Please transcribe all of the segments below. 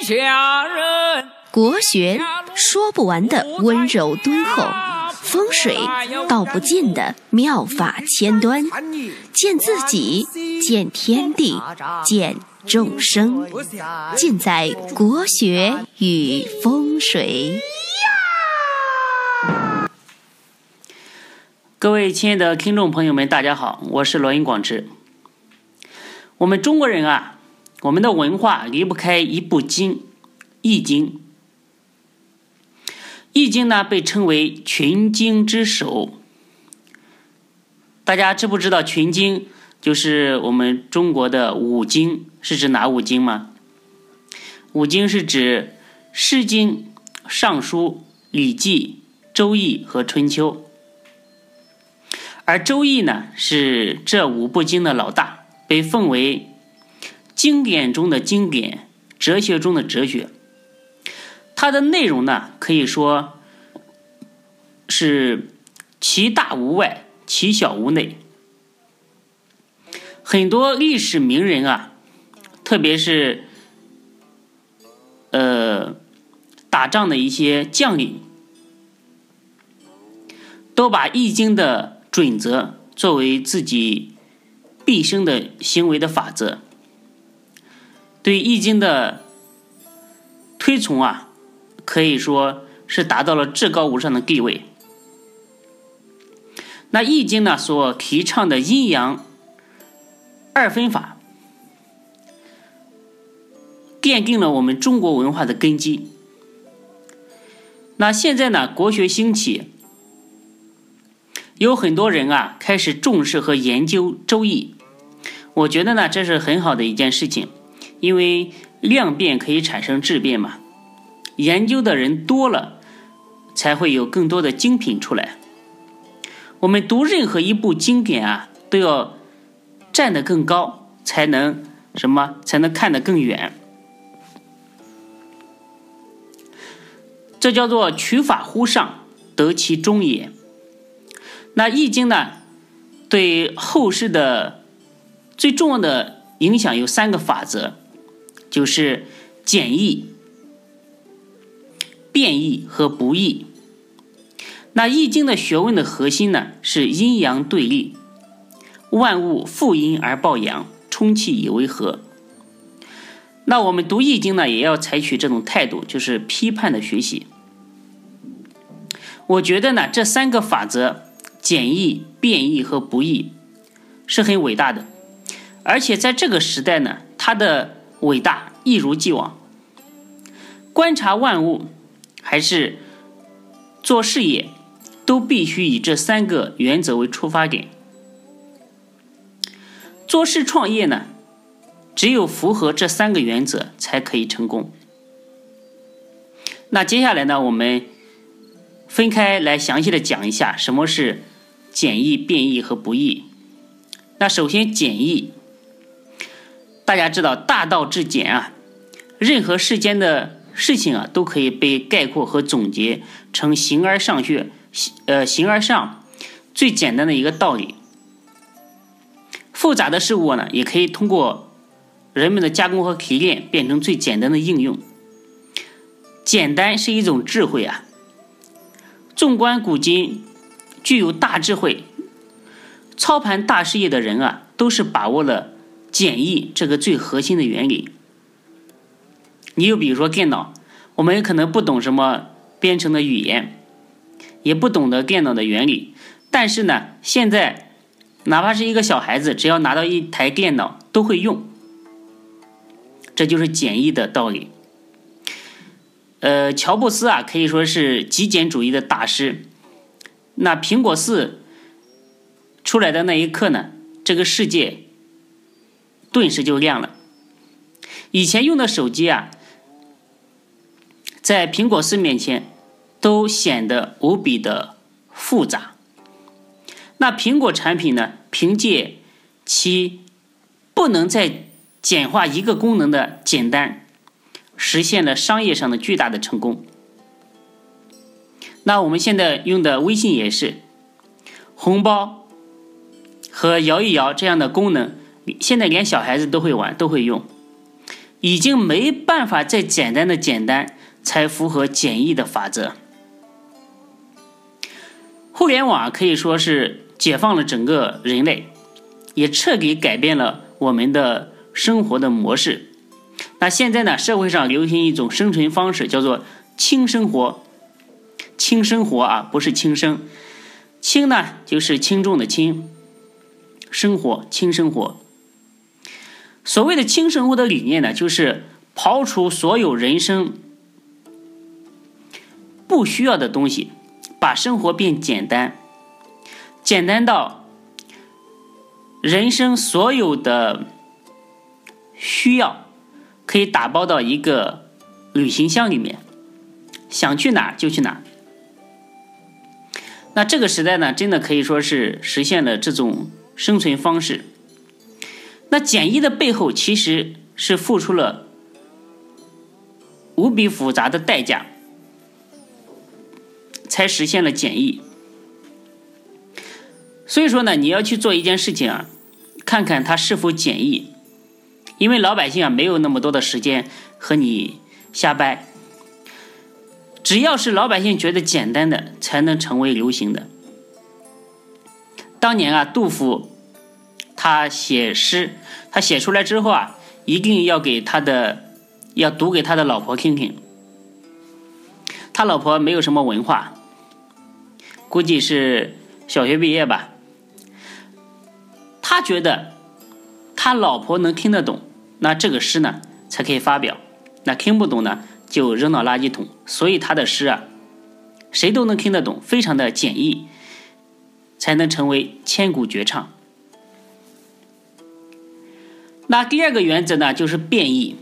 下人。 国学说不完的温柔敦厚，风水道不尽的妙法千端，见自己，见天地，见众生，尽在国学与风水。 各位亲爱的听众朋友们，大家好，我是罗云广之。我们中国人啊，我们的文化离不开一部经《易经》。《易经》呢，被称为群经之首。大家知不知道群经就是我们中国的五经？是指哪五经吗？五经是指《诗经》、《尚书》、《礼记》、《周易》和《春秋》。而《周易》呢，是这五部经的老大，被奉为经典中的经典，哲学中的哲学。它的内容呢，可以说是其大无外，其小无内。很多历史名人啊，特别是打仗的一些将领，都把《易经》的准则作为自己毕生的行为的法则，对《易经》的推崇啊，可以说是达到了至高无上的地位。那《易经》呢，所提倡的阴阳二分法，奠定了我们中国文化的根基。那现在呢，国学兴起，有很多人啊开始重视和研究《周易》，我觉得呢，这是很好的一件事情，因为量变可以产生质变嘛，研究的人多了，才会有更多的精品出来。我们读任何一部经典啊，都要站得更高，才能看得更远。这叫做取法乎上，得其中也。那《易经》呢，对后世的最重要的影响有三个法则，就是简易、变易和不易。那《易经》的学问的核心呢，是阴阳对立，万物负阴而抱阳，充气以为和。那我们读《易经》呢，也要采取这种态度，就是批判的学习。我觉得呢，这三个法则，简易、变易和不易，是很伟大的，而且在这个时代呢，它的伟大一如既往。观察万物还是做事业，都必须以这三个原则为出发点。做事创业呢，只有符合这三个原则才可以成功。那接下来呢，我们分开来详细的讲一下什么是简易、变易和不易。那首先简易，大家知道大道至简啊，任何世间的事情啊，都可以被概括和总结成形而上最简单的一个道理。复杂的事物呢，也可以通过人们的加工和提炼变成最简单的应用。简单是一种智慧啊。纵观古今，具有大智慧、操盘大事业的人啊，都是把握了简易这个最核心的原理。你就比如说电脑，我们可能不懂什么编程的语言，也不懂得电脑的原理，但是呢，现在哪怕是一个小孩子，只要拿到一台电脑都会用，这就是简易的道理。乔布斯啊，可以说是极简主义的大师。那苹果4出来的那一刻呢，这个世界顿时就亮了。以前用的手机啊，在苹果4面前都显得无比的复杂。那苹果产品呢，凭借其不能再简化一个功能的简单，实现了商业上的巨大的成功。那我们现在用的微信也是，红包和摇一摇这样的功能，现在连小孩子都会玩，都会用。 已经没办法再简单的简单，才符合简易的法则。互联网可以说是解放了整个人类，也彻底改变了我们的生活的模式。那现在呢，社会上流行一种生存方式，叫做轻生活。轻生活啊，不是轻生。轻呢，就是轻重的轻，生活，轻生活。所谓的轻生活的理念呢，就是刨除所有人生不需要的东西，把生活变简单，简单到人生所有的需要可以打包到一个旅行箱里面，想去哪就去哪。那这个时代呢，真的可以说是实现了这种生存方式。那简易的背后其实是付出了无比复杂的代价，才实现了简易。所以说呢，你要去做一件事情啊，看看它是否简易，因为老百姓啊没有那么多的时间和你瞎掰。只要是老百姓觉得简单的，才能成为流行的。当年啊，杜甫他写诗，他写出来之后啊，一定要读给他的老婆听听。他老婆没有什么文化，估计是小学毕业吧。他觉得他老婆能听得懂，那这个诗呢才可以发表。那听不懂呢，就扔到垃圾桶。所以他的诗啊，谁都能听得懂，非常的简易，才能成为千古绝唱。那第二个原则呢，就是变异。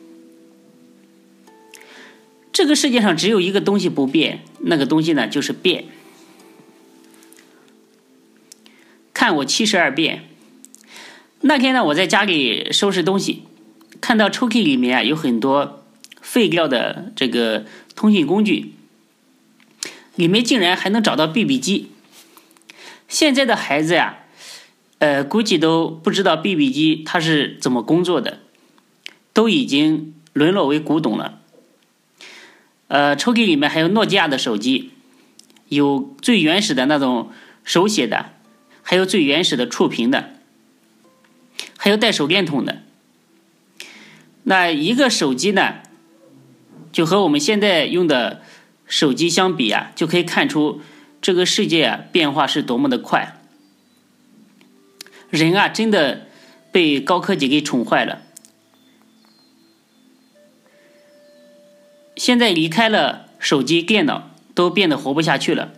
这个世界上只有一个东西不变，那个东西呢就是变。看我72变。那天呢，我在家里收拾东西，看到抽屉里面啊有很多废掉的这个通讯工具，里面竟然还能找到 BB 机。现在的孩子呀，估计都不知道 BB 机它是怎么工作的，都已经沦落为古董了。抽屉里面还有诺基亚的手机，有最原始的那种手写的，还有最原始的触屏的，还有带手电筒的。那一个手机呢，就和我们现在用的手机相比啊，就可以看出这个世界啊变化是多么的快。人啊真的被高科技给宠坏了。现在离开了手机电脑都变得活不下去了。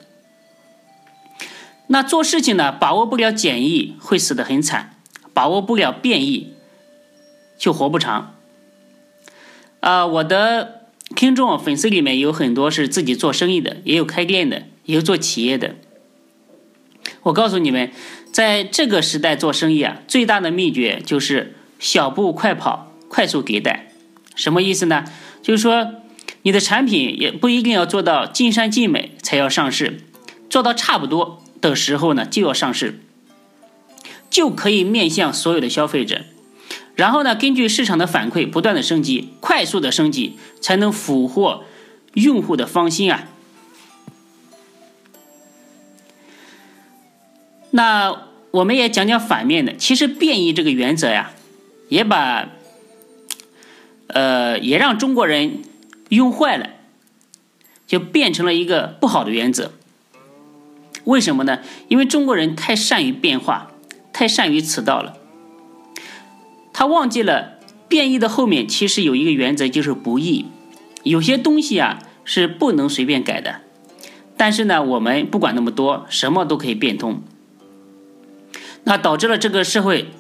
那做事情呢，把握不了简易会死得很惨，把握不了变异就活不长。我的听众粉丝里面有很多是自己做生意的，也有开店的，也有做企业的。我告诉你们，在这个时代做生意啊，最大的秘诀就是小步快跑，快速迭代。什么意思呢？就是说你的产品也不一定要做到尽善尽美才要上市，做到差不多的时候呢就要上市，就可以面向所有的消费者。然后呢，根据市场的反馈不断的升级，快速的升级，才能俘获用户的芳心啊。那我们也讲讲反面的。其实变异这个原则呀，也让中国人用坏了，就变成了一个不好的原则。为什么呢？因为中国人太善于变化，太善于此道了。他忘记了变异的后面其实有一个原则，就是不易。有些东西啊是不能随便改的，但是呢我们不管那么多，什么都可以变通。那导致了这个社会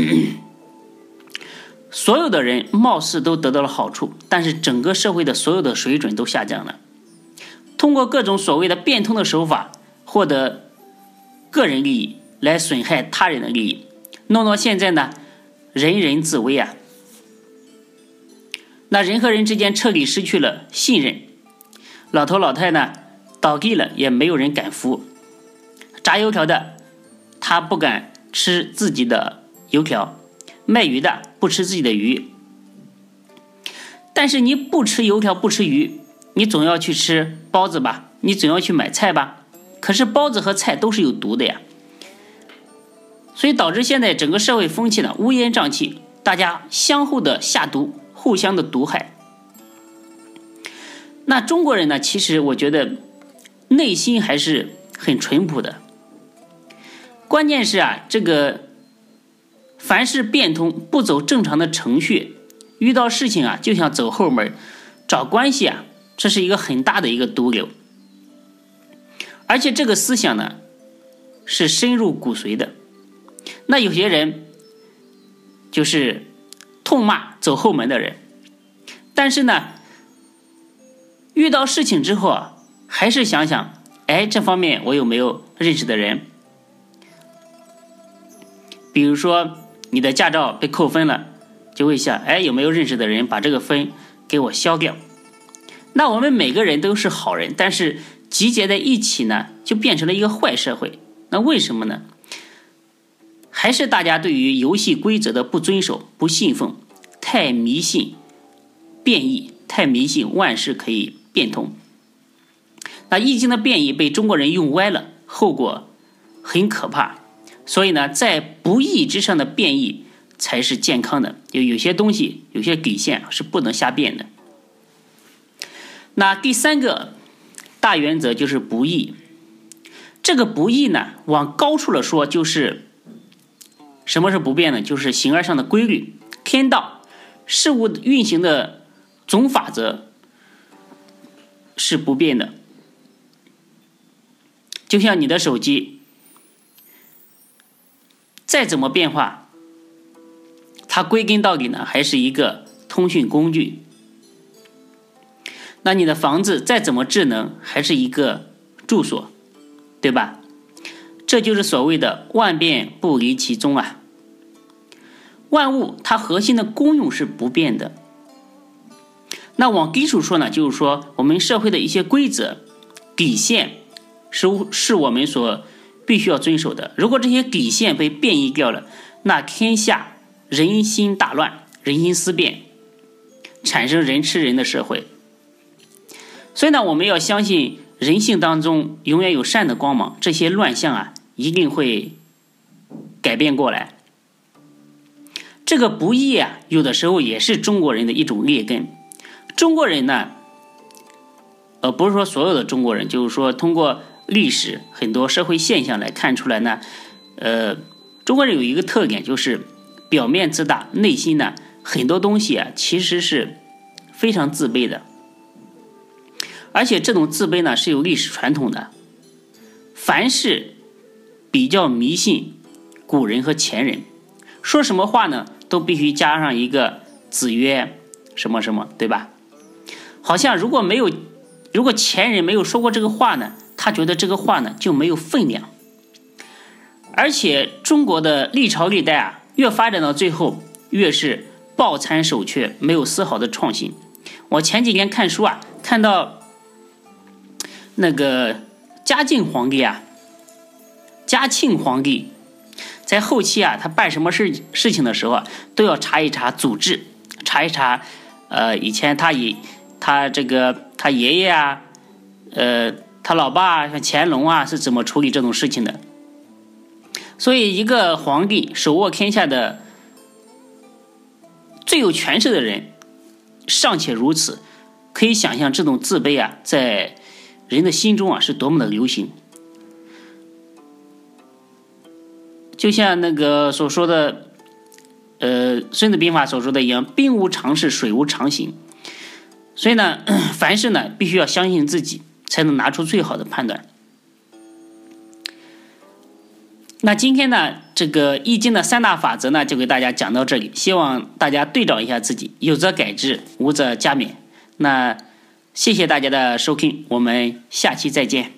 所有的人貌似都得到了好处，但是整个社会的所有的水准都下降了。通过各种所谓的变通的手法获得个人利益，来损害他人的利益，弄到现在呢人人自危啊。那人和人之间彻底失去了信任，老头老太呢倒地了也没有人敢扶，炸油条的他不敢吃自己的油条，卖鱼的不吃自己的鱼。 但是你不吃油条不吃鱼，你总要去吃包子吧，你总要去买菜吧，可是包子和菜都是有毒的呀。所以导致现在整个社会风气呢乌烟瘴气，大家相互的下毒，互相的毒害。那中国人呢，其实我觉得内心还是很淳朴的，关键是这个凡事变通，不走正常的程序，遇到事情就想走后门找关系这是一个很大的一个毒瘤。而且这个思想呢是深入骨髓的。那有些人就是痛骂走后门的人，但是呢遇到事情之后还是想想这方面我有没有认识的人。比如说你的驾照被扣分了，就会想有没有认识的人把这个分给我消掉。那我们每个人都是好人，但是集结在一起呢就变成了一个坏社会。那为什么呢？还是大家对于游戏规则的不遵守、不信奉，太迷信变异，太迷信万事可以变通。那易经的变异被中国人用歪了，后果很可怕。所以呢，在不义之上的变异才是健康的。有些东西，有些底线是不能瞎变的。那第三个大原则就是不义。这个不义呢，往高处了说，就是什么是不变的？就是形而上的规律、天道、事物运行的总法则是不变的。就像你的手机，再怎么变化，它归根到底呢，还是一个通讯工具。那你的房子再怎么智能，还是一个住所，对吧？这就是所谓的万变不离其宗万物它核心的功用是不变的。那往低处说呢，就是说我们社会的一些规则底线是我们所必须要遵守的。如果这些底线被变异掉了，那天下人心大乱，人心思变，产生人吃人的社会。所以呢，我们要相信人性当中永远有善的光芒，这些乱象一定会改变过来。这个不义有的时候也是中国人的一种劣根。中国人呢，不是说所有的中国人，就是说通过历史很多社会现象来看出来呢，中国人有一个特点，就是表面自大，内心呢很多东西其实是非常自卑的。而且这种自卑呢是有历史传统的，凡是比较迷信古人和前人，说什么话呢都必须加上一个子曰什么什么，对吧？好像如果前人没有说过这个话呢，他觉得这个话呢就没有分量。而且中国的历朝历代越发展到最后越是抱残守缺，没有丝毫的创新。我前几天看书看到那个嘉庆皇帝在后期他办什么事情的时候都要查一查祖制，查一查以前他爷爷他老爸像乾隆是怎么处理这种事情的。所以一个皇帝手握天下的最有权势的人尚且如此，可以想象这种自卑在人的心中是多么的流行。就像那个所说的孙子兵法所说的一样，兵无常势，水无常形。所以呢，凡事呢必须要相信自己，才能拿出最好的判断。那今天呢，这个易经的3大法则呢就给大家讲到这里，希望大家对照一下自己，有则改之，无则加勉。那谢谢大家的收听，我们下期再见。